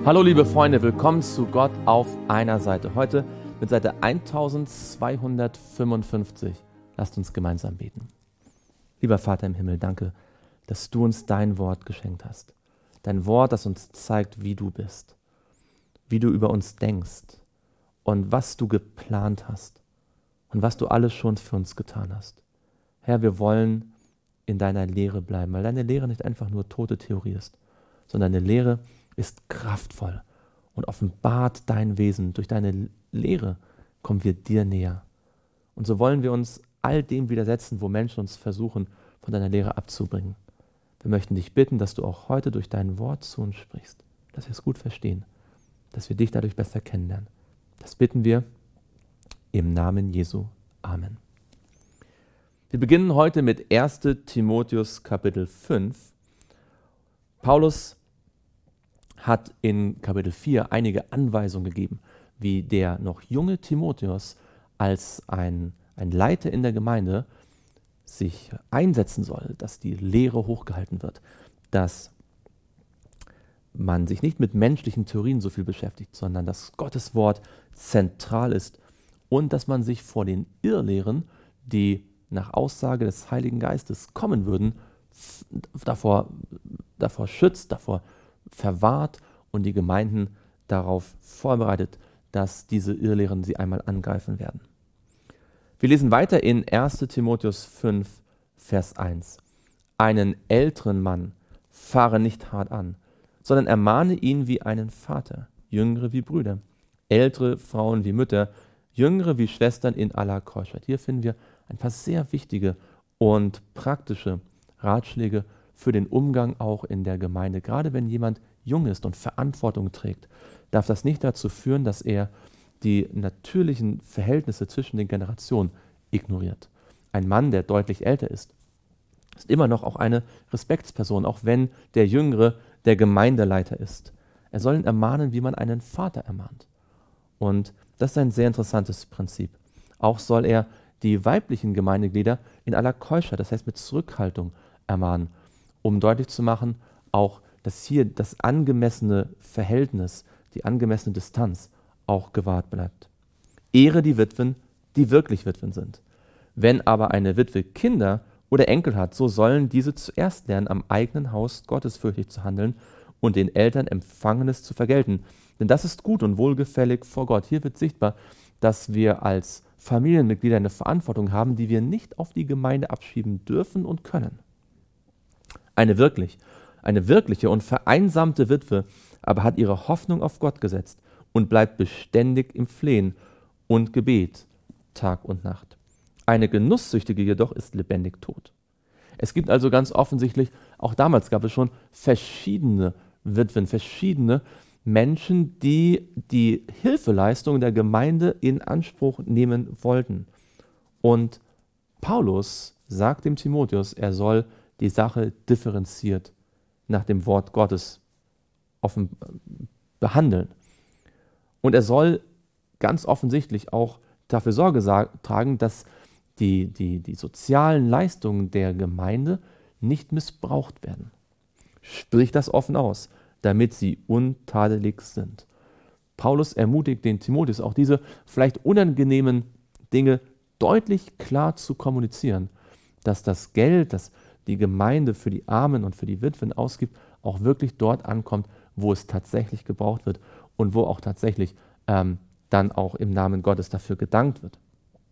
Hallo liebe Freunde, willkommen zu Gott auf einer Seite. Heute mit Seite 1255. Lasst uns gemeinsam beten. Lieber Vater im Himmel, danke, dass du uns dein Wort geschenkt hast. Dein Wort, das uns zeigt, wie du bist, wie du über uns denkst und was du geplant hast und was du alles schon für uns getan hast. Herr, wir wollen in deiner Lehre bleiben, weil deine Lehre nicht einfach nur tote Theorie ist, sondern deine Lehre ist kraftvoll und offenbart dein Wesen. Durch deine Lehre kommen wir dir näher. Und so wollen wir uns all dem widersetzen, wo Menschen uns versuchen, von deiner Lehre abzubringen. Wir möchten dich bitten, dass du auch heute durch dein Wort zu uns sprichst, dass wir es gut verstehen, dass wir dich dadurch besser kennenlernen. Das bitten wir im Namen Jesu. Amen. Wir beginnen heute mit 1. Timotheus Kapitel 5. Paulus hat in Kapitel 4 einige Anweisungen gegeben, wie der noch junge Timotheus als ein Leiter in der Gemeinde sich einsetzen soll, dass die Lehre hochgehalten wird, dass man sich nicht mit menschlichen Theorien so viel beschäftigt, sondern dass Gottes Wort zentral ist und dass man sich vor den Irrlehren, die nach Aussage des Heiligen Geistes kommen würden, davor schützt, davor verwahrt und die Gemeinden darauf vorbereitet, dass diese Irrlehren sie einmal angreifen werden. Wir lesen weiter in 1. Timotheus 5, Vers 1. Einen älteren Mann fahre nicht hart an, sondern ermahne ihn wie einen Vater, Jüngere wie Brüder, ältere Frauen wie Mütter, Jüngere wie Schwestern in aller Keuschheit. Hier finden wir ein paar sehr wichtige und praktische Ratschläge für den Umgang auch in der Gemeinde. Gerade wenn jemand jung ist und Verantwortung trägt, darf das nicht dazu führen, dass er die natürlichen Verhältnisse zwischen den Generationen ignoriert. Ein Mann, der deutlich älter ist immer noch auch eine Respektsperson, auch wenn der Jüngere der Gemeindeleiter ist. Er soll ihn ermahnen, wie man einen Vater ermahnt. Und das ist ein sehr interessantes Prinzip. Auch soll er die weiblichen Gemeindeglieder in aller Keuschheit, das heißt mit Zurückhaltung, ermahnen, um deutlich zu machen, auch, dass hier das angemessene Verhältnis, die angemessene Distanz auch gewahrt bleibt. Ehre die Witwen, die wirklich Witwen sind. Wenn aber eine Witwe Kinder oder Enkel hat, so sollen diese zuerst lernen, am eigenen Haus gottesfürchtig zu handeln und den Eltern Empfangenes zu vergelten. Denn das ist gut und wohlgefällig vor Gott. Hier wird sichtbar, dass wir als Familienmitglieder eine Verantwortung haben, die wir nicht auf die Gemeinde abschieben dürfen und können. Eine wirkliche und vereinsamte Witwe aber hat ihre Hoffnung auf Gott gesetzt und bleibt beständig im Flehen und Gebet, Tag und Nacht. Eine Genusssüchtige jedoch ist lebendig tot. Es gibt also ganz offensichtlich, auch damals gab es schon verschiedene Witwen, verschiedene Menschen, die die Hilfeleistung der Gemeinde in Anspruch nehmen wollten. Und Paulus sagt dem Timotheus, er soll die Sache differenziert nach dem Wort Gottes behandeln. Und er soll ganz offensichtlich auch dafür Sorge tragen, dass die sozialen Leistungen der Gemeinde nicht missbraucht werden. Sprich das offen aus, damit sie untadelig sind. Paulus ermutigt den Timotheus auch, diese vielleicht unangenehmen Dinge deutlich klar zu kommunizieren, dass das Geld, das die Gemeinde für die Armen und für die Witwen ausgibt, auch wirklich dort ankommt, wo es tatsächlich gebraucht wird und wo auch tatsächlich dann auch im Namen Gottes dafür gedankt wird.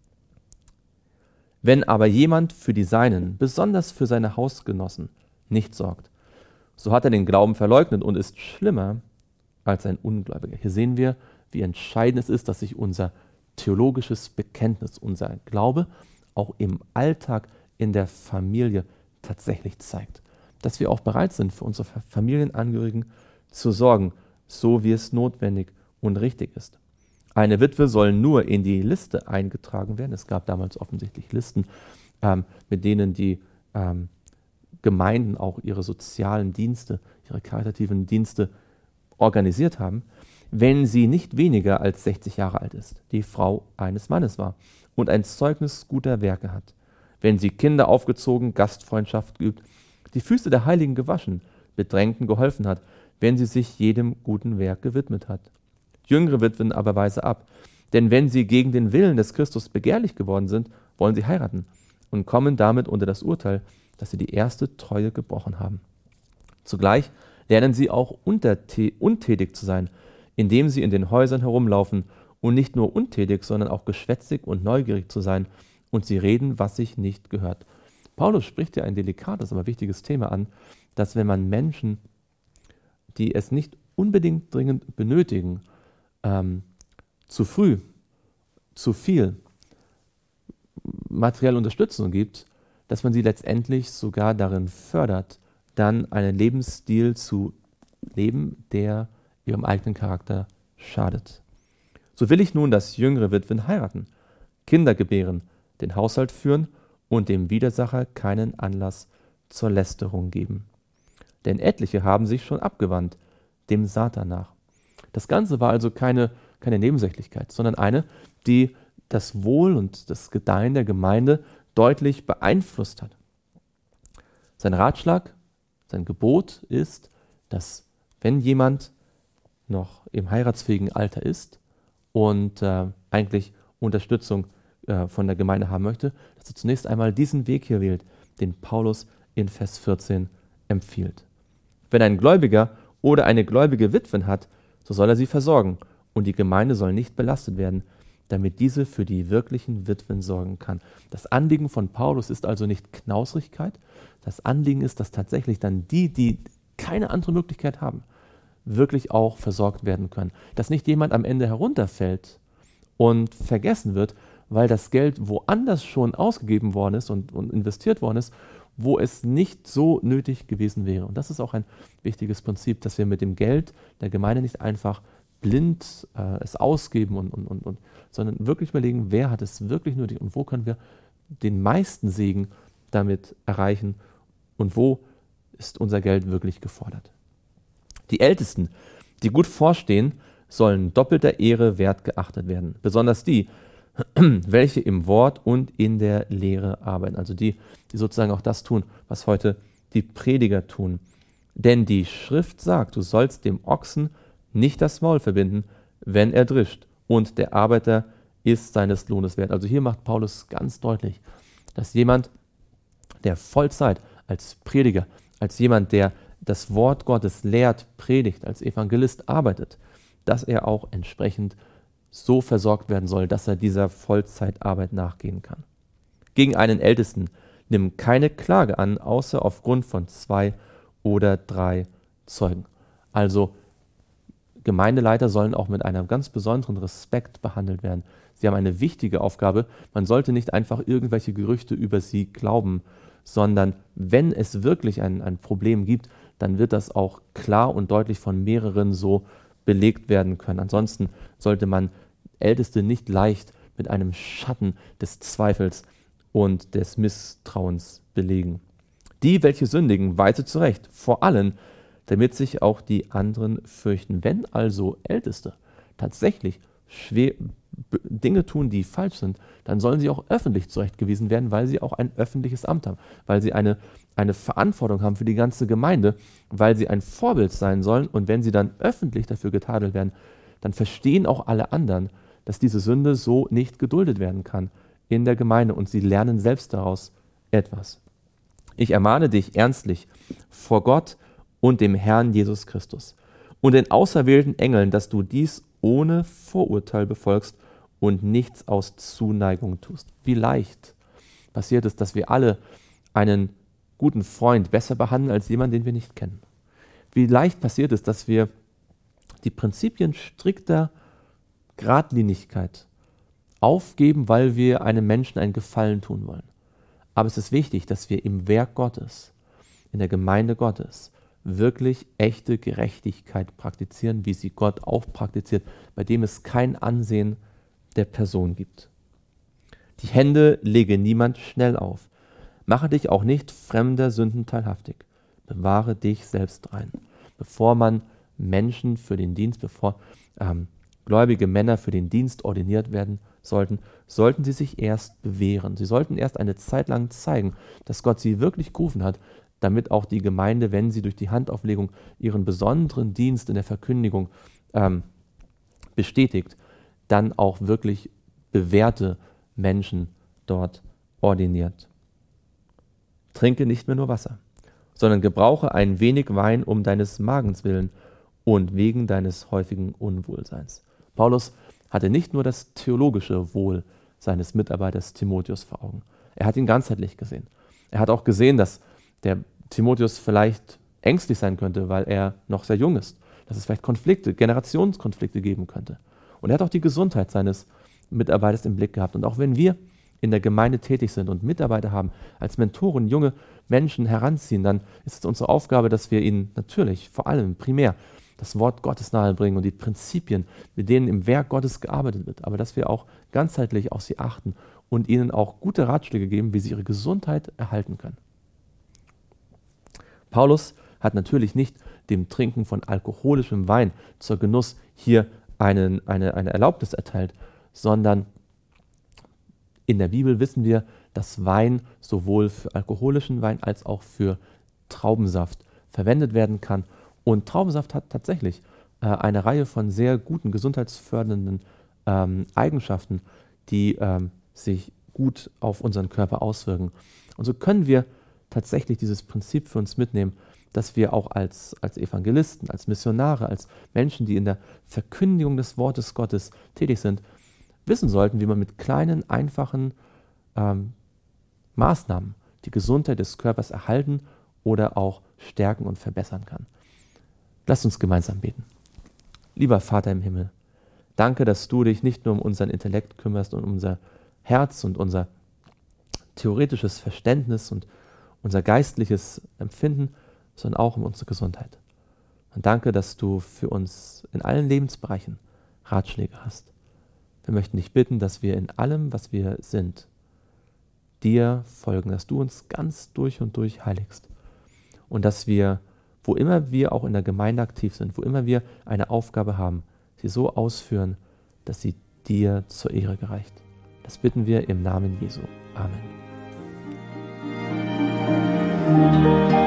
Wenn aber jemand für die Seinen, besonders für seine Hausgenossen, nicht sorgt, so hat er den Glauben verleugnet und ist schlimmer als ein Ungläubiger. Hier sehen wir, wie entscheidend es ist, dass sich unser theologisches Bekenntnis, unser Glaube auch im Alltag in der Familie tatsächlich zeigt. Dass wir auch bereit sind, für unsere Familienangehörigen zu sorgen, so wie es notwendig und richtig ist. Eine Witwe soll nur in die Liste eingetragen werden. Es gab damals offensichtlich Listen, mit denen die Gemeinden auch ihre sozialen Dienste, ihre karitativen Dienste organisiert haben, wenn sie nicht weniger als 60 Jahre alt ist, die Frau eines Mannes war und ein Zeugnis guter Werke hat, wenn sie Kinder aufgezogen, Gastfreundschaft geübt, die Füße der Heiligen gewaschen, Bedrängten geholfen hat, wenn sie sich jedem guten Werk gewidmet hat. Jüngere Witwen aber weise ab, denn wenn sie gegen den Willen des Christus begehrlich geworden sind, wollen sie heiraten und kommen damit unter das Urteil, dass sie die erste Treue gebrochen haben. Zugleich lernen sie auch untätig zu sein, indem sie in den Häusern herumlaufen und nicht nur untätig, sondern auch geschwätzig und neugierig zu sein, und sie reden, was sich nicht gehört. Paulus spricht ja ein delikates, aber wichtiges Thema an, dass wenn man Menschen, die es nicht unbedingt dringend benötigen, zu früh, zu viel materielle Unterstützung gibt, dass man sie letztendlich sogar darin fördert, dann einen Lebensstil zu leben, der ihrem eigenen Charakter schadet. So will ich nun, dass jüngere Witwen heiraten, Kinder gebären, den Haushalt führen und dem Widersacher keinen Anlass zur Lästerung geben. Denn etliche haben sich schon abgewandt, dem Satan nach. Das Ganze war also keine Nebensächlichkeit, sondern eine, die das Wohl und das Gedeihen der Gemeinde deutlich beeinflusst hat. Sein Ratschlag, sein Gebot ist, dass wenn jemand noch im heiratsfähigen Alter ist und eigentlich Unterstützung von der Gemeinde haben möchte, dass er zunächst einmal diesen Weg hier wählt, den Paulus in Vers 14 empfiehlt. Wenn ein Gläubiger oder eine gläubige Witwen hat, so soll er sie versorgen, und die Gemeinde soll nicht belastet werden, damit diese für die wirklichen Witwen sorgen kann. Das Anliegen von Paulus ist also nicht Knausrigkeit, das Anliegen ist, dass tatsächlich dann die keine andere Möglichkeit haben, wirklich auch versorgt werden können. Dass nicht jemand am Ende herunterfällt und vergessen wird, weil das Geld woanders schon ausgegeben worden ist und investiert worden ist, wo es nicht so nötig gewesen wäre. Und das ist auch ein wichtiges Prinzip, dass wir mit dem Geld der Gemeinde nicht einfach blind es ausgeben, sondern wirklich überlegen, wer hat es wirklich nötig und wo können wir den meisten Segen damit erreichen und wo ist unser Geld wirklich gefordert. Die Ältesten, die gut vorstehen, sollen doppelter Ehre wert geachtet werden, besonders die, welche im Wort und in der Lehre arbeiten, also die sozusagen auch das tun, was heute die Prediger tun. Denn die Schrift sagt, du sollst dem Ochsen nicht das Maul verbinden, wenn er drischt, und der Arbeiter ist seines Lohnes wert. Also hier macht Paulus ganz deutlich, dass jemand, der Vollzeit als Prediger, als jemand, der das Wort Gottes lehrt, predigt, als Evangelist arbeitet, dass er auch entsprechend so versorgt werden soll, dass er dieser Vollzeitarbeit nachgehen kann. Gegen einen Ältesten nimm keine Klage an, außer aufgrund von 2 oder 3 Zeugen. Also Gemeindeleiter sollen auch mit einem ganz besonderen Respekt behandelt werden. Sie haben eine wichtige Aufgabe. Man sollte nicht einfach irgendwelche Gerüchte über sie glauben, sondern wenn es wirklich ein Problem gibt, dann wird das auch klar und deutlich von mehreren so belegt werden können. Ansonsten sollte man Älteste nicht leicht mit einem Schatten des Zweifels und des Misstrauens belegen. Die, welche sündigen, weise zurecht, vor allen, damit sich auch die anderen fürchten. Wenn also Älteste tatsächlich Dinge tun, die falsch sind, dann sollen sie auch öffentlich zurechtgewiesen werden, weil sie auch ein öffentliches Amt haben, weil sie eine Verantwortung haben für die ganze Gemeinde, weil sie ein Vorbild sein sollen. Und wenn sie dann öffentlich dafür getadelt werden, dann verstehen auch alle anderen, dass diese Sünde so nicht geduldet werden kann in der Gemeinde, und sie lernen selbst daraus etwas. Ich ermahne dich ernstlich vor Gott und dem Herrn Jesus Christus und den auserwählten Engeln, dass du dies ohne Vorurteil befolgst und nichts aus Zuneigung tust. Wie leicht passiert es, dass wir alle einen guten Freund besser behandeln als jemanden, den wir nicht kennen. Wie leicht passiert es, dass wir die Prinzipien strikter Geradlinigkeit aufgeben, weil wir einem Menschen einen Gefallen tun wollen. Aber es ist wichtig, dass wir im Werk Gottes, in der Gemeinde Gottes, wirklich echte Gerechtigkeit praktizieren, wie sie Gott auch praktiziert, bei dem es kein Ansehen der Person gibt. Die Hände lege niemand schnell auf. Mache dich auch nicht fremder Sünden teilhaftig. Bewahre dich selbst rein. Bevor man Menschen für den Dienst, bevor gläubige Männer für den Dienst ordiniert werden sollten sie sich erst bewähren. Sie sollten erst eine Zeit lang zeigen, dass Gott sie wirklich gerufen hat, damit auch die Gemeinde, wenn sie durch die Handauflegung ihren besonderen Dienst in der Verkündigung bestätigt, dann auch wirklich bewährte Menschen dort ordiniert. Trinke nicht mehr nur Wasser, sondern gebrauche ein wenig Wein um deines Magens willen und wegen deines häufigen Unwohlseins. Paulus hatte nicht nur das theologische Wohl seines Mitarbeiters Timotheus vor Augen. Er hat ihn ganzheitlich gesehen. Er hat auch gesehen, dass der Timotheus vielleicht ängstlich sein könnte, weil er noch sehr jung ist, dass es vielleicht Konflikte, Generationskonflikte geben könnte. Und er hat auch die Gesundheit seines Mitarbeiters im Blick gehabt. Und auch wenn wir in der Gemeinde tätig sind und Mitarbeiter haben, als Mentoren junge Menschen heranziehen, dann ist es unsere Aufgabe, dass wir ihnen natürlich, vor allem primär, das Wort Gottes nahebringen und die Prinzipien, mit denen im Werk Gottes gearbeitet wird, aber dass wir auch ganzheitlich auf sie achten und ihnen auch gute Ratschläge geben, wie sie ihre Gesundheit erhalten können. Paulus hat natürlich nicht dem Trinken von alkoholischem Wein zur Genuss hier eine Erlaubnis erteilt, sondern in der Bibel wissen wir, dass Wein sowohl für alkoholischen Wein als auch für Traubensaft verwendet werden kann. Und Traubensaft hat tatsächlich eine Reihe von sehr guten, gesundheitsfördernden Eigenschaften, die sich gut auf unseren Körper auswirken. Und so können wir tatsächlich dieses Prinzip für uns mitnehmen, dass wir auch als Evangelisten, als Missionare, als Menschen, die in der Verkündigung des Wortes Gottes tätig sind, wissen sollten, wie man mit kleinen, einfachen Maßnahmen die Gesundheit des Körpers erhalten oder auch stärken und verbessern kann. Lasst uns gemeinsam beten. Lieber Vater im Himmel, danke, dass du dich nicht nur um unseren Intellekt kümmerst und um unser Herz und unser theoretisches Verständnis und unser geistliches Empfinden, sondern auch um unsere Gesundheit. Und danke, dass du für uns in allen Lebensbereichen Ratschläge hast. Wir möchten dich bitten, dass wir in allem, was wir sind, dir folgen, dass du uns ganz durch und durch heiligst und dass wir, wo immer wir auch in der Gemeinde aktiv sind, wo immer wir eine Aufgabe haben, sie so ausführen, dass sie dir zur Ehre gereicht. Das bitten wir im Namen Jesu. Amen.